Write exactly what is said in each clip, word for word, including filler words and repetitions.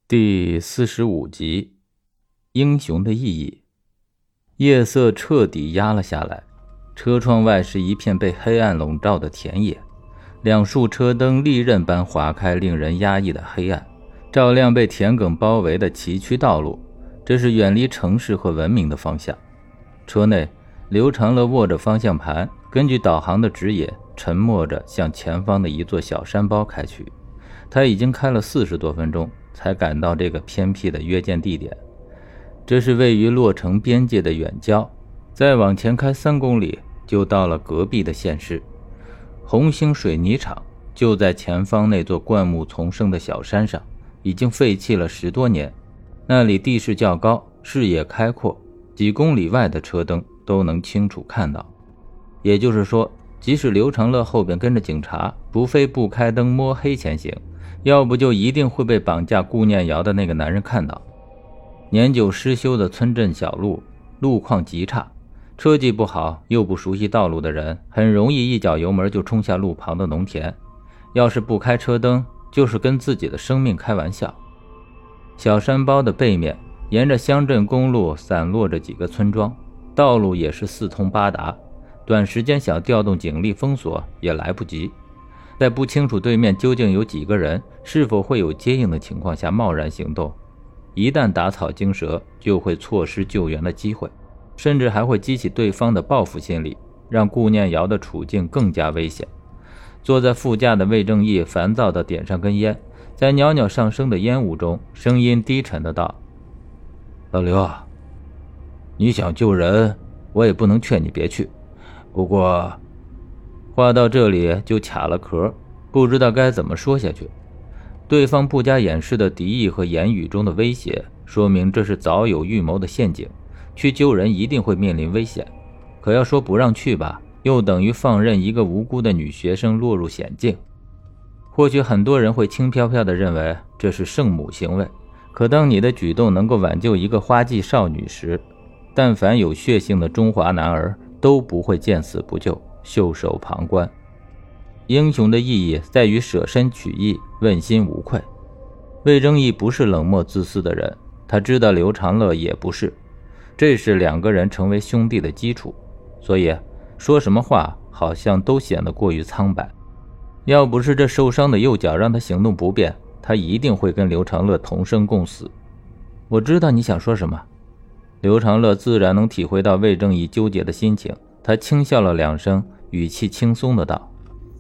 第四十五集，英雄的意义。夜色彻底压了下来，车窗外是一片被黑暗笼罩的田野，两束车灯利刃般划开令人压抑的黑暗，照亮被田埂包围的崎岖道路。这是远离城市和文明的方向。车内，刘长乐握着方向盘，根据导航的指引，沉默着向前方的一座小山包开去。他已经开了四十多分钟才赶到这个偏僻的约见地点。这是位于洛城边界的远郊，再往前开三公里就到了隔壁的县市。红星水泥厂就在前方那座灌木丛生的小山上，已经废弃了十多年。那里地势较高，视野开阔，几公里外的车灯都能清楚看到。也就是说，即使刘长乐后边跟着警察，不非不开灯摸黑前行，要不就一定会被绑架顾念瑶的那个男人看到。年久失修的村镇小路，路况极差，车技不好又不熟悉道路的人，很容易一脚油门就冲下路旁的农田。要是不开车灯，就是跟自己的生命开玩笑。小山包的背面，沿着乡镇公路散落着几个村庄，道路也是四通八达，短时间想调动警力封锁也来不及。在不清楚对面究竟有几个人，是否会有接应的情况下贸然行动，一旦打草惊蛇，就会错失救援的机会，甚至还会激起对方的报复心理，让顾念瑶的处境更加危险。坐在副驾的魏正义烦躁地点上根烟，在袅袅上升的烟雾中，声音低沉的道：老刘啊，你想救人，我也不能劝你别去，不过……话到这里就卡了壳，不知道该怎么说下去。对方不加掩饰的敌意和言语中的威胁，说明这是早有预谋的陷阱，去救人一定会面临危险。可要说不让去吧，又等于放任一个无辜的女学生落入险境。或许很多人会轻飘飘地认为这是圣母行为，可当你的举动能够挽救一个花季少女时，但凡有血性的中华男儿都不会见死不救，袖手旁观。英雄的意义在于舍身取义，问心无愧。魏正义不是冷漠自私的人，他知道刘长乐也不是，这是两个人成为兄弟的基础，所以说什么话好像都显得过于苍白。要不是这受伤的右脚让他行动不便，他一定会跟刘长乐同生共死。我知道你想说什么。刘长乐自然能体会到魏正义纠结的心情，他轻笑了两声，语气轻松的道：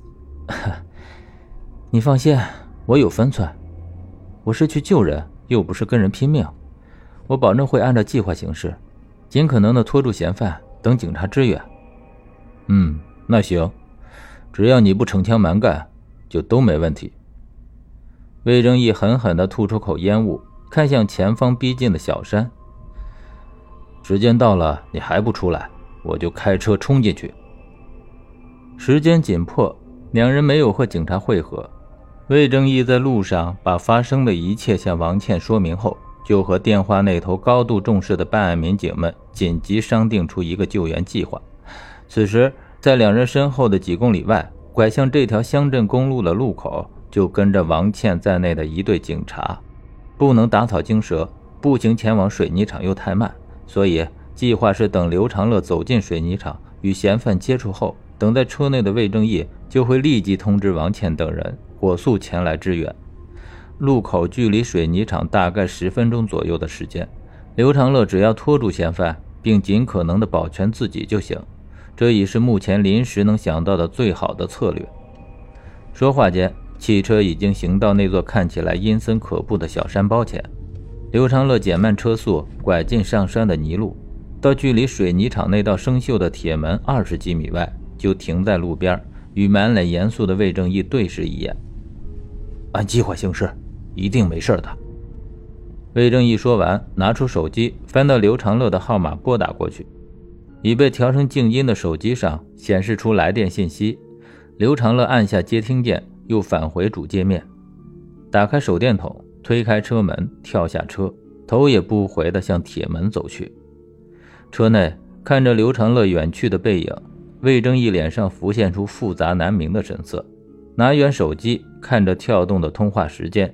你放心，我有分寸，我是去救人，又不是跟人拼命，我保证会按照计划行事，尽可能的拖住嫌犯，等警察支援。嗯，那行，只要你不逞强蛮干，就都没问题。魏正义狠狠地吐出口烟雾，看向前方逼近的小山。时间到了，你还不出来，我就开车冲进去。时间紧迫，两人没有和警察会合。魏正义在路上把发生的一切向王倩说明后，就和电话那头高度重视的办案民警们紧急商定出一个救援计划。此时在两人身后的几公里外，拐向这条乡镇公路的路口，就跟着王倩在内的一队警察。不能打草惊蛇，步行前往水泥厂又太慢，所以计划是等刘长乐走进水泥厂与嫌犯接触后，等在车内的魏正义就会立即通知王倩等人火速前来支援。路口距离水泥厂大概十分钟左右的时间，刘长乐只要拖住嫌犯并尽可能的保全自己就行，这已是目前临时能想到的最好的策略。说话间，汽车已经行到那座看起来阴森可怖的小山包前。刘长乐减慢车速，拐进上山的泥路，到距离水泥厂那道生锈的铁门二十几米外，就停在路边，与满脸严肃的魏正义对视一眼。按计划行事，一定没事的。魏正义说完，拿出手机，翻到刘长乐的号码拨打过去。已被调成静音的手机上显示出来电信息。刘长乐按下接听键，又返回主界面，打开手电筒，推开车门，跳下车，头也不回地向铁门走去。车内看着刘长乐远去的背影，魏正义脸上浮现出复杂难明的神色，拿远手机看着跳动的通话时间，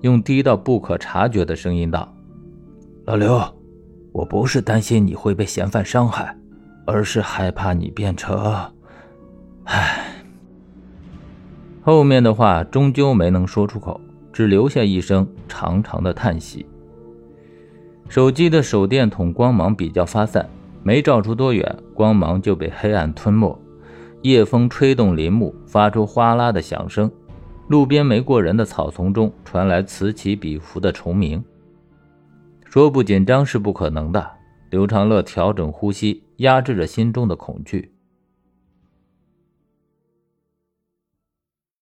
用低到不可察觉的声音道：老刘，我不是担心你会被嫌犯伤害，而是害怕你变成……唉。后面的话终究没能说出口，只留下一声长长的叹息。手机的手电筒光芒比较发散，没照出多远，光芒就被黑暗吞没。夜风吹动林木，发出哗啦的响声。路边没过人的草丛中传来此起彼伏的虫鸣。说不紧张是不可能的，刘长乐调整呼吸，压制着心中的恐惧。